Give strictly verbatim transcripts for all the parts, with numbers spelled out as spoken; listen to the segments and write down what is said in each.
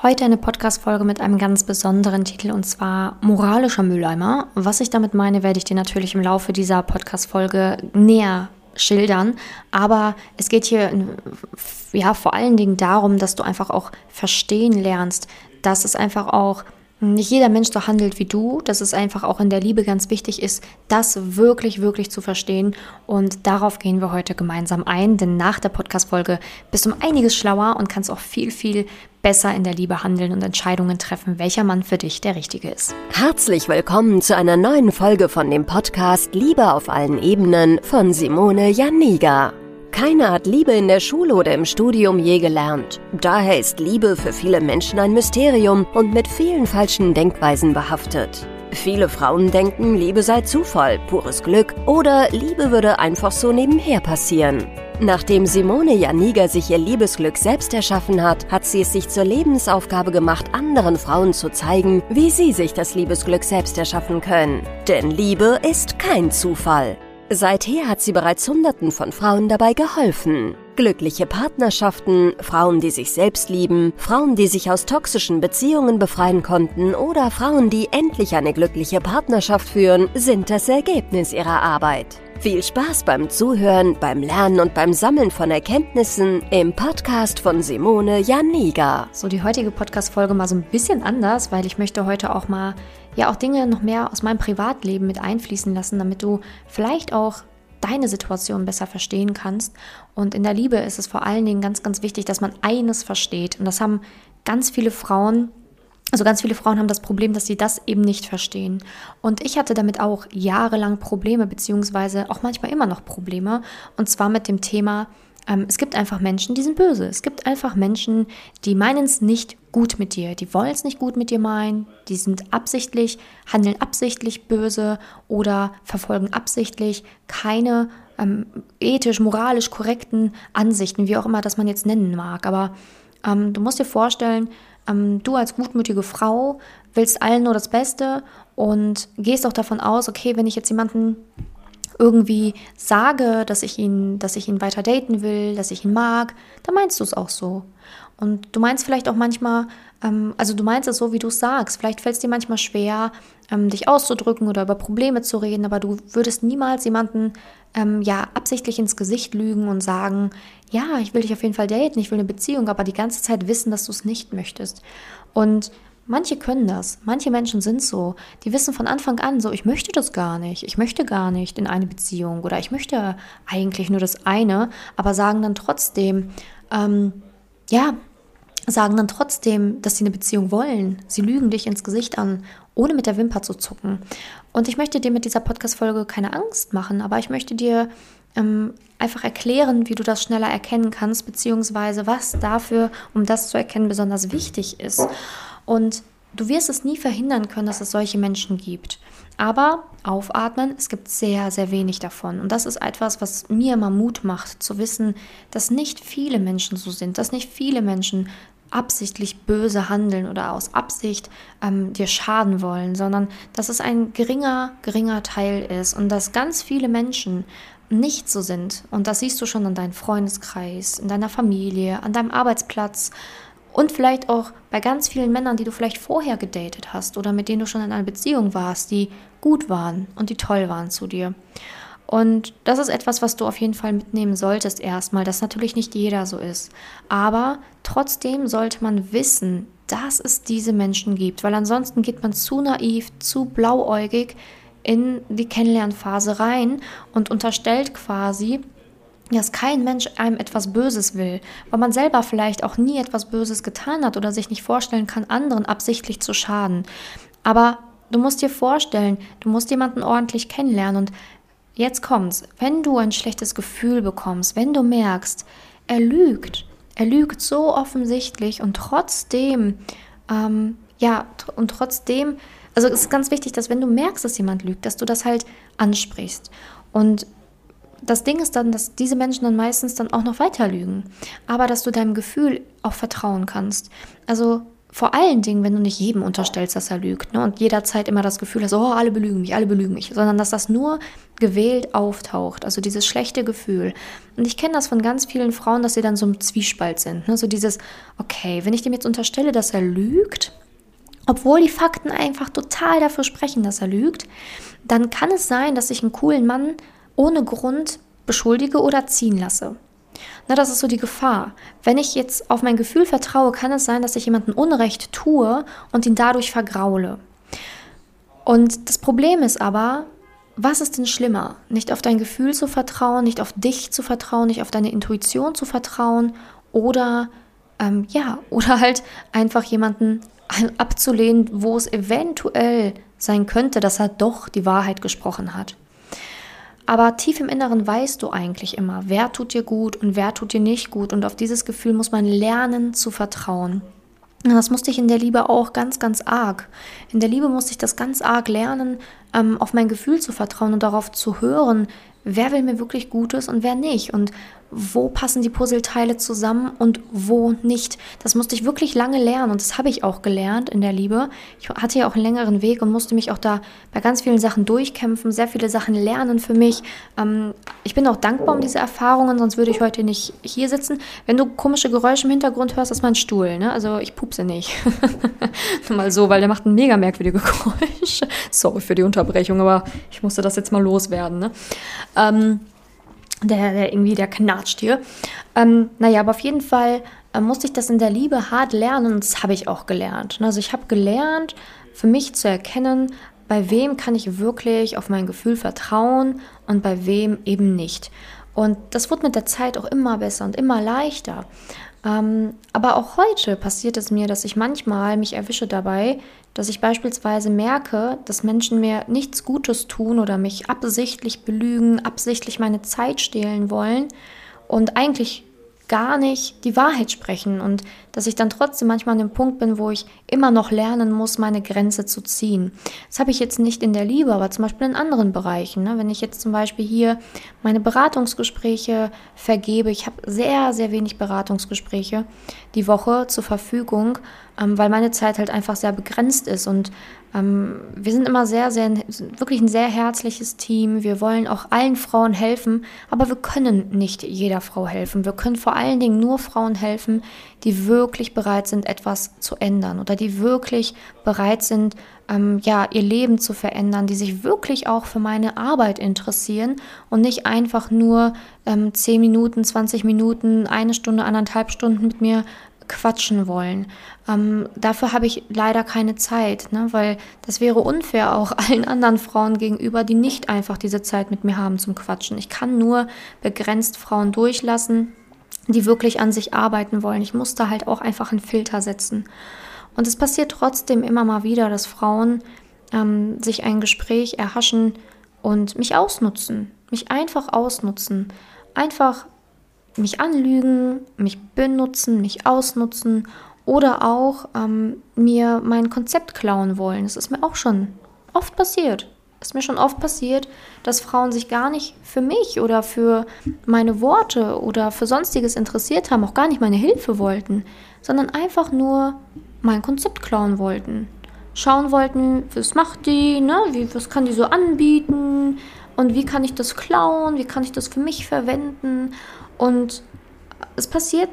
Heute eine Podcast-Folge mit einem ganz besonderen Titel und zwar moralischer Mülleimer. Was ich damit meine, werde ich dir natürlich im Laufe dieser Podcast-Folge näher schildern. Aber es geht hier ja vor allen Dingen darum, dass du einfach auch verstehen lernst, dass es einfach auch nicht jeder Mensch so handelt wie du, dass es einfach auch in der Liebe ganz wichtig ist, das wirklich, wirklich zu verstehen. Und darauf gehen wir heute gemeinsam ein, denn nach der Podcast-Folge bist du um einiges schlauer und kannst auch viel, viel besser in der Liebe handeln und Entscheidungen treffen, welcher Mann für dich der Richtige ist. Herzlich willkommen zu einer neuen Folge von dem Podcast Liebe auf allen Ebenen von Simone Janiga. Keiner hat Liebe in der Schule oder im Studium je gelernt. Daher ist Liebe für viele Menschen ein Mysterium und mit vielen falschen Denkweisen behaftet. Viele Frauen denken, Liebe sei Zufall, pures Glück oder Liebe würde einfach so nebenher passieren. Nachdem Simone Janiga sich ihr Liebesglück selbst erschaffen hat, hat sie es sich zur Lebensaufgabe gemacht, anderen Frauen zu zeigen, wie sie sich das Liebesglück selbst erschaffen können. Denn Liebe ist kein Zufall. Seither hat sie bereits Hunderten von Frauen dabei geholfen. Glückliche Partnerschaften, Frauen, die sich selbst lieben, Frauen, die sich aus toxischen Beziehungen befreien konnten oder Frauen, die endlich eine glückliche Partnerschaft führen, sind das Ergebnis ihrer Arbeit. Viel Spaß beim Zuhören, beim Lernen und beim Sammeln von Erkenntnissen im Podcast von Simone Janiga. So, die heutige Podcast-Folge mal so ein bisschen anders, weil ich möchte heute auch mal ja auch Dinge noch mehr aus meinem Privatleben mit einfließen lassen, damit du vielleicht auch deine Situation besser verstehen kannst. Und in der Liebe ist es vor allen Dingen ganz, ganz wichtig, dass man eines versteht. Und das haben ganz viele Frauen, also ganz viele Frauen haben das Problem, dass sie das eben nicht verstehen. Und ich hatte damit auch jahrelang Probleme, beziehungsweise auch manchmal immer noch Probleme. Und zwar mit dem Thema, ähm, es gibt einfach Menschen, die sind böse. Es gibt einfach Menschen, die meinen es nicht gut mit dir. Die wollen es nicht gut mit dir meinen. Die sind absichtlich, handeln absichtlich böse oder verfolgen absichtlich keine ähm, ethisch, moralisch korrekten Ansichten, wie auch immer das man jetzt nennen mag. Aber ähm, du musst dir vorstellen, ähm, du als gutmütige Frau willst allen nur das Beste und gehst auch davon aus, okay, wenn ich jetzt jemanden irgendwie sage, dass ich ihn, dass ich ihn weiter daten will, dass ich ihn mag, dann meinst du es auch so. Und du meinst vielleicht auch manchmal, ähm, also du meinst es so, wie du es sagst. Vielleicht fällt es dir manchmal schwer, ähm, dich auszudrücken oder über Probleme zu reden, aber du würdest niemals jemanden ähm, ja absichtlich ins Gesicht lügen und sagen, ja, ich will dich auf jeden Fall daten, ich will eine Beziehung, aber die ganze Zeit wissen, dass du es nicht möchtest. Und manche können das, manche Menschen sind so, die wissen von Anfang an so, ich möchte das gar nicht, ich möchte gar nicht in eine Beziehung oder ich möchte eigentlich nur das eine, aber sagen dann trotzdem, ähm, ja, sagen dann trotzdem, dass sie eine Beziehung wollen. Sie lügen dich ins Gesicht an, ohne mit der Wimper zu zucken. Und ich möchte dir mit dieser Podcast-Folge keine Angst machen, aber ich möchte dir ähm, einfach erklären, wie du das schneller erkennen kannst, beziehungsweise was dafür, um das zu erkennen, besonders wichtig ist. Und du wirst es nie verhindern können, dass es solche Menschen gibt. Aber aufatmen, es gibt sehr, sehr wenig davon. Und das ist etwas, was mir immer Mut macht, zu wissen, dass nicht viele Menschen so sind, dass nicht viele Menschen absichtlich böse handeln oder aus Absicht ähm, dir schaden wollen, sondern dass es ein geringer, geringer Teil ist und dass ganz viele Menschen nicht so sind. Und das siehst du schon an deinem Freundeskreis, in deiner Familie, an deinem Arbeitsplatz, und vielleicht auch bei ganz vielen Männern, die du vielleicht vorher gedatet hast oder mit denen du schon in einer Beziehung warst, die gut waren und die toll waren zu dir. Und das ist etwas, was du auf jeden Fall mitnehmen solltest erstmal, dass natürlich nicht jeder so ist. Aber trotzdem sollte man wissen, dass es diese Menschen gibt, weil ansonsten geht man zu naiv, zu blauäugig in die Kennenlernphase rein und unterstellt quasi, dass kein Mensch einem etwas Böses will, weil man selber vielleicht auch nie etwas Böses getan hat oder sich nicht vorstellen kann, anderen absichtlich zu schaden. Aber du musst dir vorstellen, du musst jemanden ordentlich kennenlernen und jetzt kommt's, wenn du ein schlechtes Gefühl bekommst, wenn du merkst, er lügt, er lügt so offensichtlich und trotzdem, ähm, ja, und trotzdem, also es ist ganz wichtig, dass wenn du merkst, dass jemand lügt, dass du das halt ansprichst. Und das Ding ist dann, dass diese Menschen dann meistens dann auch noch weiter lügen, aber dass du deinem Gefühl auch vertrauen kannst. Also vor allen Dingen, wenn du nicht jedem unterstellst, dass er lügt, ne, und jederzeit immer das Gefühl hast, oh, alle belügen mich, alle belügen mich, sondern dass das nur gewählt auftaucht, also dieses schlechte Gefühl. Und ich kenne das von ganz vielen Frauen, dass sie dann so im Zwiespalt sind, ne, so dieses, okay, wenn ich dem jetzt unterstelle, dass er lügt, obwohl die Fakten einfach total dafür sprechen, dass er lügt, dann kann es sein, dass ich einen coolen Mann ohne Grund beschuldige oder ziehen lasse. Na, das ist so die Gefahr. Wenn ich jetzt auf mein Gefühl vertraue, kann es sein, dass ich jemandem Unrecht tue und ihn dadurch vergraule. Und das Problem ist aber, was ist denn schlimmer? Nicht auf dein Gefühl zu vertrauen, nicht auf dich zu vertrauen, nicht auf deine Intuition zu vertrauen oder, ähm, ja, oder halt einfach jemanden abzulehnen, wo es eventuell sein könnte, dass er doch die Wahrheit gesprochen hat. Aber tief im Inneren weißt du eigentlich immer, wer tut dir gut und wer tut dir nicht gut. Und auf dieses Gefühl muss man lernen zu vertrauen. Und das musste ich in der Liebe auch ganz, ganz arg. In der Liebe musste ich das ganz arg lernen, ähm, auf mein Gefühl zu vertrauen und darauf zu hören, wer will mir wirklich Gutes und wer nicht. Und wo passen die Puzzleteile zusammen und wo nicht. Das musste ich wirklich lange lernen und das habe ich auch gelernt in der Liebe. Ich hatte ja auch einen längeren Weg und musste mich auch da bei ganz vielen Sachen durchkämpfen, sehr viele Sachen lernen für mich. Ähm, ich bin auch dankbar um diese Erfahrungen, sonst würde ich heute nicht hier sitzen. Wenn du komische Geräusche im Hintergrund hörst, das ist mein Stuhl, ne? Also ich pupse nicht. Nur mal so, weil der macht ein mega merkwürdige Geräusche. Sorry für die Unterbrechung, aber ich musste das jetzt mal loswerden, ne? Ähm, Der, der irgendwie, der knatscht hier. Ähm, naja, aber auf jeden Fall äh, musste ich das in der Liebe hart lernen und das habe ich auch gelernt. Also ich habe gelernt, für mich zu erkennen, bei wem kann ich wirklich auf mein Gefühl vertrauen und bei wem eben nicht. Und das wurde mit der Zeit auch immer besser und immer leichter. Ähm, aber auch heute passiert es mir, dass ich manchmal mich erwische dabei, dass ich beispielsweise merke, dass Menschen mir nichts Gutes tun oder mich absichtlich belügen, absichtlich meine Zeit stehlen wollen und eigentlich gar nicht die Wahrheit sprechen und dass ich dann trotzdem manchmal an dem Punkt bin, wo ich immer noch lernen muss, meine Grenze zu ziehen. Das habe ich jetzt nicht in der Liebe, aber zum Beispiel in anderen Bereichen. Ne? Wenn ich jetzt zum Beispiel hier meine Beratungsgespräche vergebe, ich habe sehr, sehr wenig Beratungsgespräche die Woche zur Verfügung, ähm, weil meine Zeit halt einfach sehr begrenzt ist und ähm, wir sind immer sehr, sehr, wirklich ein sehr herzliches Team. Wir wollen auch allen Frauen helfen, aber wir können nicht jeder Frau helfen. Wir können vor allen Dingen nur Frauen helfen, die wirklich bereit sind, etwas zu ändern oder die wirklich bereit sind, ähm, ja, ihr Leben zu verändern, die sich wirklich auch für meine Arbeit interessieren und nicht einfach nur ähm, zehn Minuten, zwanzig Minuten, eine Stunde, anderthalb Stunden mit mir quatschen wollen. Ähm, dafür habe ich leider keine Zeit, ne? Weil das wäre unfair auch allen anderen Frauen gegenüber, die nicht einfach diese Zeit mit mir haben zum Quatschen. Ich kann nur begrenzt Frauen durchlassen, die wirklich an sich arbeiten wollen. Ich muss da halt auch einfach einen Filter setzen. Und es passiert trotzdem immer mal wieder, dass Frauen ähm, sich ein Gespräch erhaschen und mich ausnutzen, mich einfach ausnutzen, einfach mich anlügen, mich benutzen, mich ausnutzen oder auch ähm, mir mein Konzept klauen wollen. Das ist mir auch schon oft passiert. Es ist mir schon oft passiert, dass Frauen sich gar nicht für mich oder für meine Worte oder für Sonstiges interessiert haben, auch gar nicht meine Hilfe wollten, sondern einfach nur mein Konzept klauen wollten. Schauen wollten, was macht die, ne? Wie, was kann die so anbieten und wie kann ich das klauen, wie kann ich das für mich verwenden. Und es passiert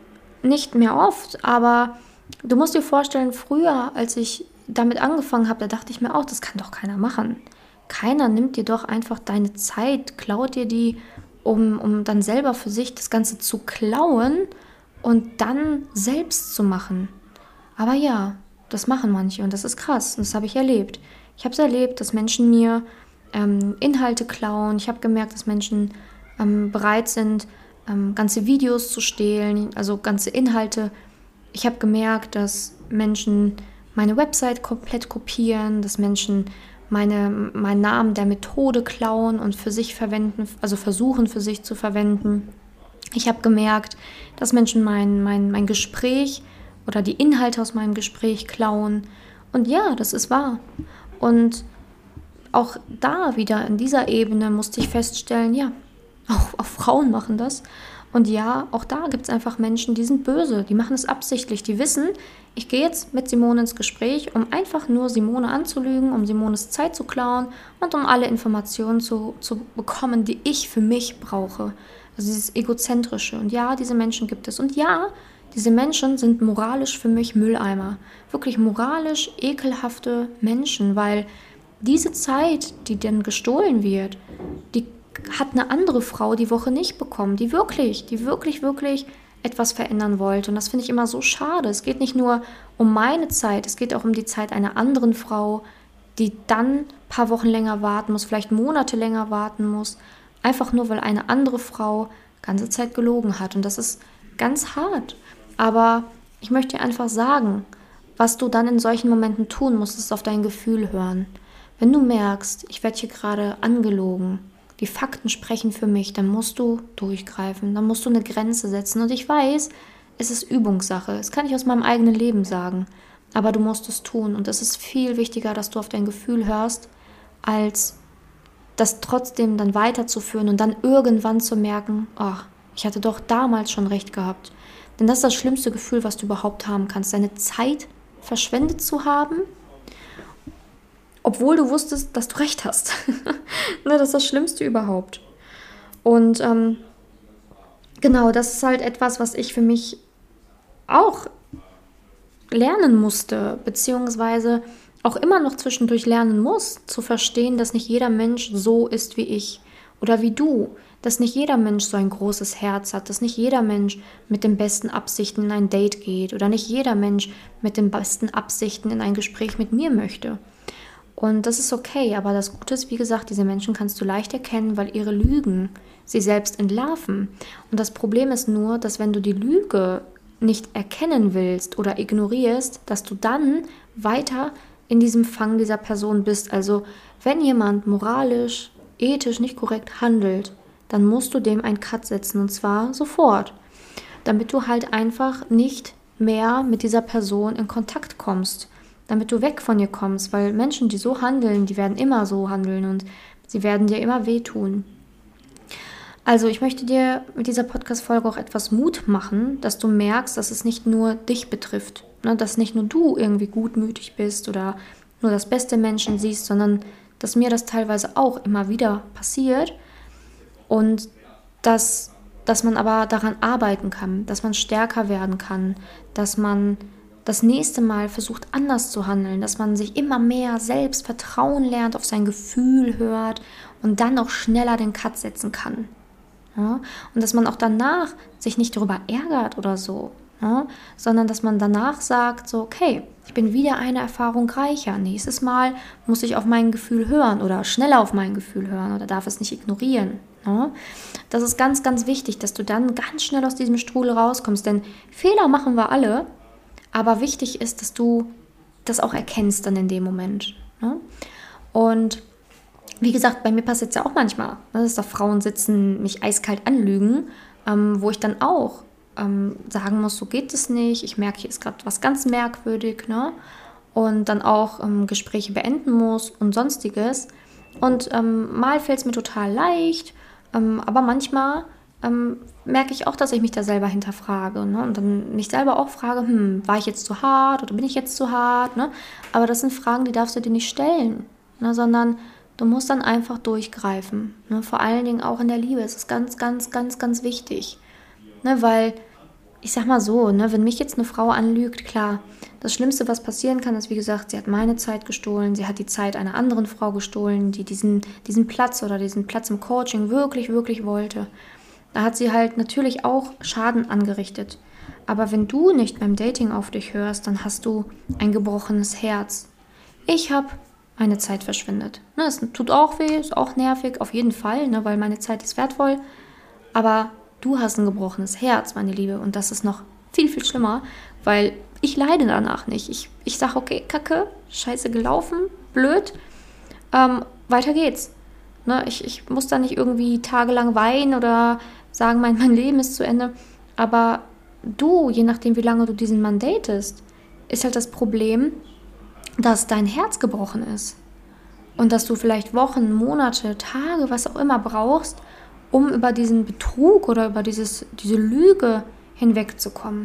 nicht mehr oft, aber du musst dir vorstellen, früher, als ich damit angefangen habe, da dachte ich mir auch, das kann doch keiner machen. Keiner nimmt dir doch einfach deine Zeit, klaut dir die, um, um dann selber für sich das Ganze zu klauen und dann selbst zu machen. Aber ja, das machen manche und das ist krass und das habe ich erlebt. Ich habe es erlebt, dass Menschen mir ähm, Inhalte klauen. Ich habe gemerkt, dass Menschen ähm, bereit sind, ähm, ganze Videos zu stehlen, also ganze Inhalte. Ich habe gemerkt, dass Menschen meine Website komplett kopieren, dass Menschen meine, meinen Namen der Methode klauen und für sich verwenden, also versuchen für sich zu verwenden. Ich habe gemerkt, dass Menschen mein, mein, mein Gespräch oder die Inhalte aus meinem Gespräch klauen. Und ja, das ist wahr. Und auch da wieder in dieser Ebene musste ich feststellen, ja, auch, auch Frauen machen das. Und ja, auch da gibt es einfach Menschen, die sind böse, die machen es absichtlich, die wissen, ich gehe jetzt mit Simone ins Gespräch, um einfach nur Simone anzulügen, um Simones Zeit zu klauen und um alle Informationen zu, zu bekommen, die ich für mich brauche. Also dieses Egozentrische. Und ja, diese Menschen gibt es. Und ja, diese Menschen sind moralisch für mich Mülleimer. Wirklich moralisch ekelhafte Menschen, weil diese Zeit, die dann gestohlen wird, die hat eine andere Frau die Woche nicht bekommen, die wirklich, die wirklich, wirklich etwas verändern wollte. Und das finde ich immer so schade. Es geht nicht nur um meine Zeit, es geht auch um die Zeit einer anderen Frau, die dann ein paar Wochen länger warten muss, vielleicht Monate länger warten muss, einfach nur, weil eine andere Frau ganze Zeit gelogen hat. Und das ist ganz hart. Aber ich möchte dir einfach sagen, was du dann in solchen Momenten tun musst, ist auf dein Gefühl hören. Wenn du merkst, ich werde hier gerade angelogen, die Fakten sprechen für mich, dann musst du durchgreifen, dann musst du eine Grenze setzen. Und ich weiß, es ist Übungssache, das kann ich aus meinem eigenen Leben sagen, aber du musst es tun. Und es ist viel wichtiger, dass du auf dein Gefühl hörst, als das trotzdem dann weiterzuführen und dann irgendwann zu merken, ach, ich hatte doch damals schon recht gehabt. Denn das ist das schlimmste Gefühl, was du überhaupt haben kannst, deine Zeit verschwendet zu haben, obwohl du wusstest, dass du recht hast. Das ist das Schlimmste überhaupt. Und ähm, genau, das ist halt etwas, was ich für mich auch lernen musste, beziehungsweise auch immer noch zwischendurch lernen muss, zu verstehen, dass nicht jeder Mensch so ist wie ich oder wie du, dass nicht jeder Mensch so ein großes Herz hat, dass nicht jeder Mensch mit den besten Absichten in ein Date geht oder nicht jeder Mensch mit den besten Absichten in ein Gespräch mit mir möchte. Und das ist okay, aber das Gute ist, wie gesagt, diese Menschen kannst du leicht erkennen, weil ihre Lügen sie selbst entlarven. Und das Problem ist nur, dass wenn du die Lüge nicht erkennen willst oder ignorierst, dass du dann weiter in diesem Fang dieser Person bist. Also wenn jemand moralisch, ethisch nicht korrekt handelt, dann musst du dem einen Cut setzen und zwar sofort, damit du halt einfach nicht mehr mit dieser Person in Kontakt kommst, damit du weg von ihr kommst, weil Menschen, die so handeln, die werden immer so handeln und sie werden dir immer wehtun. Also ich möchte dir mit dieser Podcast-Folge auch etwas Mut machen, dass du merkst, dass es nicht nur dich betrifft, ne, dass nicht nur du irgendwie gutmütig bist oder nur das beste Menschen siehst, sondern dass mir das teilweise auch immer wieder passiert und dass, dass man aber daran arbeiten kann, dass man stärker werden kann, dass man das nächste Mal versucht anders zu handeln, dass man sich immer mehr selbst vertrauen lernt, auf sein Gefühl hört und dann auch schneller den Cut setzen kann. Ja? Und dass man auch danach sich nicht darüber ärgert oder so, ja? Sondern dass man danach sagt, so okay, ich bin wieder eine Erfahrung reicher. Nächstes Mal muss ich auf mein Gefühl hören oder schneller auf mein Gefühl hören oder darf es nicht ignorieren. Ja? Das ist ganz, ganz wichtig, dass du dann ganz schnell aus diesem Strudel rauskommst, denn Fehler machen wir alle. Aber wichtig ist, dass du das auch erkennst dann in dem Moment. Ne? Und wie gesagt, bei mir passiert es ja auch manchmal, ne, dass da Frauen sitzen, mich eiskalt anlügen, ähm, wo ich dann auch ähm, sagen muss, so geht es nicht. Ich merke, hier ist gerade was ganz merkwürdig. Ne? Und dann auch ähm, Gespräche beenden muss und Sonstiges. Und ähm, mal fällt es mir total leicht, ähm, aber manchmal Ähm, merke ich auch, dass ich mich da selber hinterfrage, ne? Und dann mich selber auch frage, hm, war ich jetzt zu hart oder bin ich jetzt zu hart? Ne? Aber das sind Fragen, die darfst du dir nicht stellen, ne? Sondern du musst dann einfach durchgreifen. Ne? Vor allen Dingen auch in der Liebe. Es ist ganz, ganz, ganz, ganz wichtig. Ne? Weil, ich sag mal so, ne? Wenn mich jetzt eine Frau anlügt, klar, das Schlimmste, was passieren kann, ist, wie gesagt, sie hat meine Zeit gestohlen, sie hat die Zeit einer anderen Frau gestohlen, die diesen, diesen Platz oder diesen Platz im Coaching wirklich, wirklich wollte. Da hat sie halt natürlich auch Schaden angerichtet. Aber wenn du nicht beim Dating auf dich hörst, dann hast du ein gebrochenes Herz. Ich habe meine Zeit verschwendet. Ne, es tut auch weh, ist auch nervig, auf jeden Fall, ne, weil meine Zeit ist wertvoll. Aber du hast ein gebrochenes Herz, meine Liebe. Und das ist noch viel, viel schlimmer, weil ich leide danach nicht. Ich, ich sage, okay, Kacke, scheiße gelaufen, blöd, ähm, weiter geht's. Ne, ich, ich muss da nicht irgendwie tagelang weinen oder sagen, mein, mein Leben ist zu Ende. Aber du, je nachdem, wie lange du diesen Mann datest, ist halt das Problem, dass dein Herz gebrochen ist. Und dass du vielleicht Wochen, Monate, Tage, was auch immer brauchst, um über diesen Betrug oder über dieses, diese Lüge hinwegzukommen.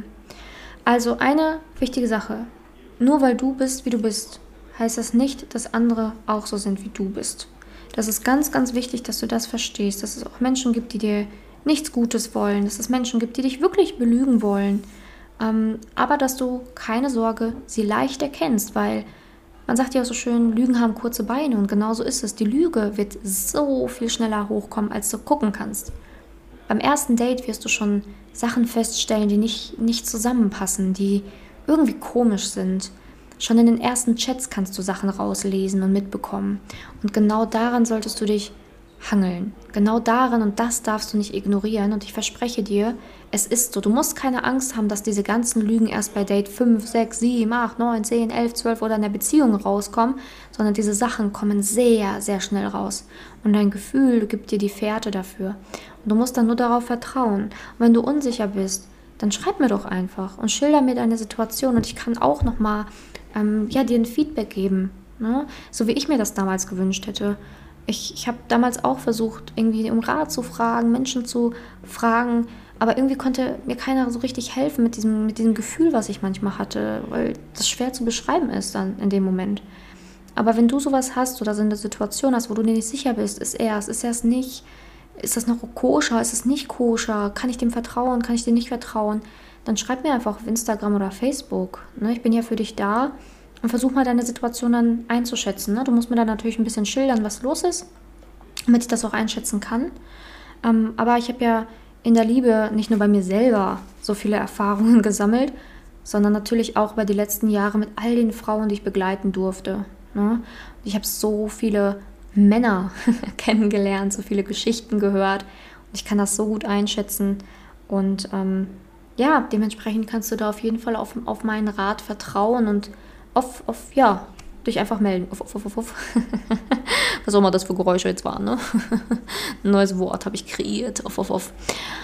Also eine wichtige Sache, nur weil du bist, wie du bist, heißt das nicht, dass andere auch so sind, wie du bist. Das ist ganz, ganz wichtig, dass du das verstehst, dass es auch Menschen gibt, die dir nichts Gutes wollen, dass es Menschen gibt, die dich wirklich belügen wollen, ähm, aber dass du, keine Sorge, sie leicht erkennst, weil man sagt ja auch so schön, Lügen haben kurze Beine und genau so ist es. Die Lüge wird so viel schneller hochkommen, als du gucken kannst. Beim ersten Date wirst du schon Sachen feststellen, die nicht, nicht zusammenpassen, die irgendwie komisch sind. Schon in den ersten Chats kannst du Sachen rauslesen und mitbekommen. Und genau daran solltest du dich hangeln. Genau daran, und das darfst du nicht ignorieren. Und ich verspreche dir, es ist so. Du musst keine Angst haben, dass diese ganzen Lügen erst bei Date fünf, sechs, sieben, acht, neun, zehn, elf, zwölf oder in der Beziehung rauskommen, sondern diese Sachen kommen sehr, sehr schnell raus. Und dein Gefühl gibt dir die Fährte dafür. Und du musst dann nur darauf vertrauen. Und wenn du unsicher bist, dann schreib mir doch einfach und schilder mir deine Situation. Und ich kann auch nochmal ähm, ja, dir ein Feedback geben, ne? So wie ich mir das damals gewünscht hätte. Ich, ich habe damals auch versucht, irgendwie um Rat zu fragen, Menschen zu fragen, aber irgendwie konnte mir keiner so richtig helfen mit diesem, mit diesem Gefühl, was ich manchmal hatte, weil das schwer zu beschreiben ist dann in dem Moment. Aber wenn du sowas hast oder so eine Situation hast, wo du dir nicht sicher bist, ist er es, ist er es nicht, ist das noch koscher, ist es nicht koscher, kann ich dem vertrauen, kann ich dem nicht vertrauen, dann schreib mir einfach auf Instagram oder Facebook. Ne? Ich bin ja für dich da. Und versuch mal deine Situation dann einzuschätzen. Ne? Du musst mir dann natürlich ein bisschen schildern, was los ist, damit ich das auch einschätzen kann. Ähm, aber ich habe ja in der Liebe nicht nur bei mir selber so viele Erfahrungen gesammelt, sondern natürlich auch über die letzten Jahre mit all den Frauen, die ich begleiten durfte. Ne? Ich habe so viele Männer kennengelernt, so viele Geschichten gehört. Und ich kann das so gut einschätzen. Und ähm, ja, dementsprechend kannst du da auf jeden Fall auf, auf meinen Rat vertrauen und Auf, auf, ja, dich einfach melden. Auf, auf, auf, auf. Was auch immer das für Geräusche jetzt waren, ne? Ein neues Wort habe ich kreiert. Auf, auf, auf.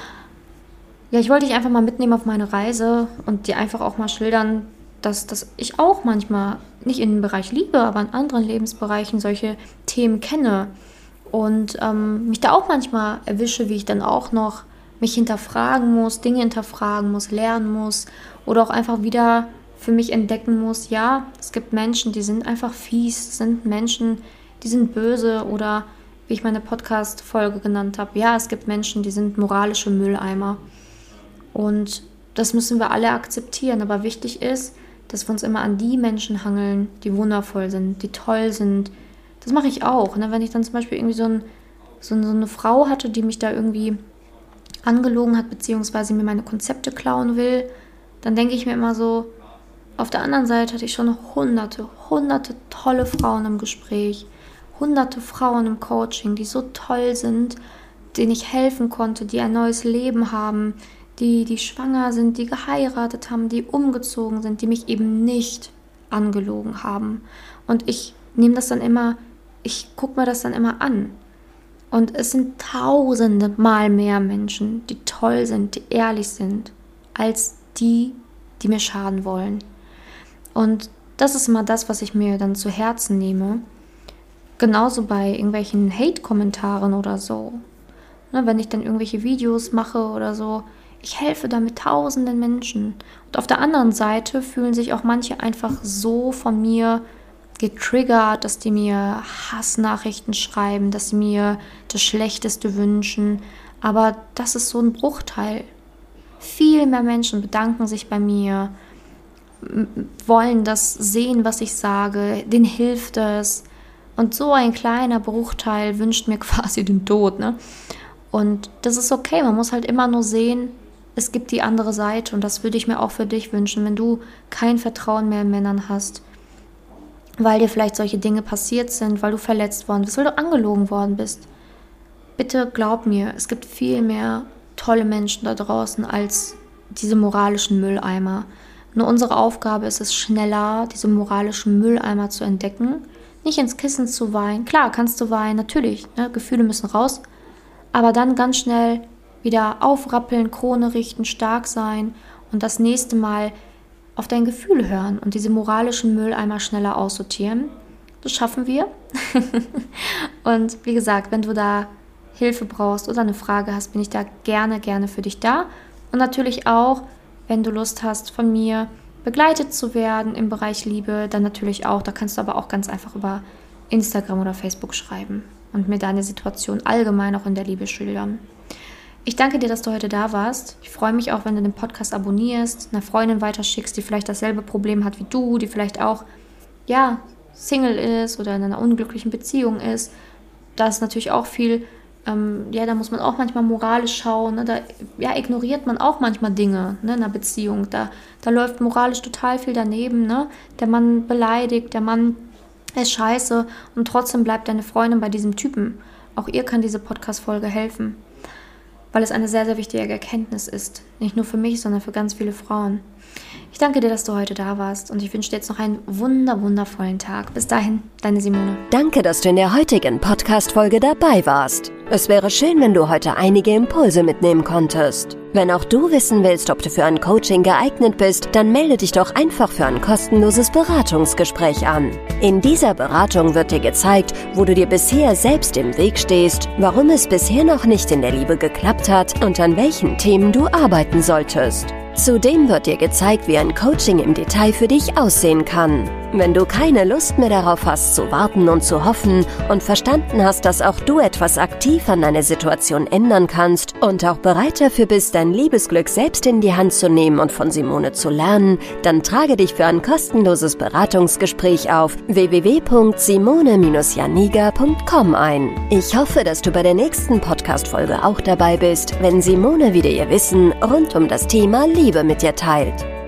Ja, ich wollte dich einfach mal mitnehmen auf meine Reise und dir einfach auch mal schildern, dass, dass ich auch manchmal, nicht in dem Bereich Liebe, aber in anderen Lebensbereichen solche Themen kenne. Und ähm, mich da auch manchmal erwische, wie ich dann auch noch mich hinterfragen muss, Dinge hinterfragen muss, lernen muss oder auch einfach wieder für mich entdecken muss, ja, es gibt Menschen, die sind einfach fies, es sind Menschen, die sind böse oder, wie ich meine Podcast-Folge genannt habe, ja, es gibt Menschen, die sind moralische Mülleimer. Und das müssen wir alle akzeptieren, aber wichtig ist, dass wir uns immer an die Menschen hangeln, die wundervoll sind, die toll sind. Das mache ich auch, ne? Wenn ich dann zum Beispiel irgendwie so, ein, so eine Frau hatte, die mich da irgendwie angelogen hat, beziehungsweise mir meine Konzepte klauen will, dann denke ich mir immer so, auf der anderen Seite hatte ich schon hunderte, hunderte tolle Frauen im Gespräch, hunderte Frauen im Coaching, die so toll sind, denen ich helfen konnte, die ein neues Leben haben, die, die schwanger sind, die geheiratet haben, die umgezogen sind, die mich eben nicht angelogen haben. Und ich nehme das dann immer, ich gucke mir das dann immer an. Und es sind tausende Mal mehr Menschen, die toll sind, die ehrlich sind, als die, die mir schaden wollen. Und das ist immer das, was ich mir dann zu Herzen nehme. Genauso bei irgendwelchen Hate-Kommentaren oder so. Ne, wenn ich dann irgendwelche Videos mache oder so, ich helfe damit tausenden Menschen. Und auf der anderen Seite fühlen sich auch manche einfach so von mir getriggert, dass die mir Hassnachrichten schreiben, dass sie mir das Schlechteste wünschen. Aber das ist so ein Bruchteil. Viel mehr Menschen bedanken sich bei mir, wollen das sehen, was ich sage, denen hilft es. Und so ein kleiner Bruchteil wünscht mir quasi den Tod, ne? Und das ist okay, man muss halt immer nur sehen, es gibt die andere Seite und das würde ich mir auch für dich wünschen, wenn du kein Vertrauen mehr in Männern hast, weil dir vielleicht solche Dinge passiert sind, weil du verletzt worden bist, weil du angelogen worden bist. Bitte glaub mir, es gibt viel mehr tolle Menschen da draußen als diese moralischen Mülleimer. Nur unsere Aufgabe ist es, schneller diese moralischen Mülleimer zu entdecken, nicht ins Kissen zu weinen. Klar, kannst du weinen, natürlich, ne? Gefühle müssen raus, aber dann ganz schnell wieder aufrappeln, Krone richten, stark sein und das nächste Mal auf dein Gefühl hören und diese moralischen Mülleimer schneller aussortieren. Das schaffen wir. Und wie gesagt, wenn du da Hilfe brauchst oder eine Frage hast, bin ich da gerne, gerne für dich da. Und natürlich auch, wenn du Lust hast, von mir begleitet zu werden im Bereich Liebe, dann natürlich auch. Da kannst du aber auch ganz einfach über Instagram oder Facebook schreiben und mir deine Situation allgemein auch in der Liebe schildern. Ich danke dir, dass du heute da warst. Ich freue mich auch, wenn du den Podcast abonnierst, einer Freundin weiterschickst, die vielleicht dasselbe Problem hat wie du, die vielleicht auch, ja, Single ist oder in einer unglücklichen Beziehung ist. Da ist natürlich auch viel, ähm, ja, da muss man auch manchmal moralisch schauen. Ne? Da ja, ignoriert man auch manchmal Dinge, ne, in einer Beziehung. Da, da läuft moralisch total viel daneben. Ne? Der Mann beleidigt, der Mann ist scheiße und trotzdem bleibt deine Freundin bei diesem Typen. Auch ihr kann diese Podcast-Folge helfen, weil es eine sehr, sehr wichtige Erkenntnis ist. Nicht nur für mich, sondern für ganz viele Frauen. Ich danke dir, dass du heute da warst und ich wünsche dir jetzt noch einen wunder, wundervollen Tag. Bis dahin, deine Simone. Danke, dass du in der heutigen Podcast-Folge dabei warst. Es wäre schön, wenn du heute einige Impulse mitnehmen konntest. Wenn auch du wissen willst, ob du für ein Coaching geeignet bist, dann melde dich doch einfach für ein kostenloses Beratungsgespräch an. In dieser Beratung wird dir gezeigt, wo du dir bisher selbst im Weg stehst, warum es bisher noch nicht in der Liebe geklappt hat und an welchen Themen du arbeiten solltest. Zudem wird dir gezeigt, wie ein Coaching im Detail für dich aussehen kann. Wenn du keine Lust mehr darauf hast, zu warten und zu hoffen und verstanden hast, dass auch du etwas aktiv an deiner Situation ändern kannst und auch bereit dafür bist, dein Liebesglück selbst in die Hand zu nehmen und von Simone zu lernen, dann trage dich für ein kostenloses Beratungsgespräch auf w w w punkt simone Bindestrich janiga punkt com ein. Ich hoffe, dass du bei der nächsten Podcast-Folge auch dabei bist, wenn Simone wieder ihr Wissen rund um das Thema Liebe mit dir teilt.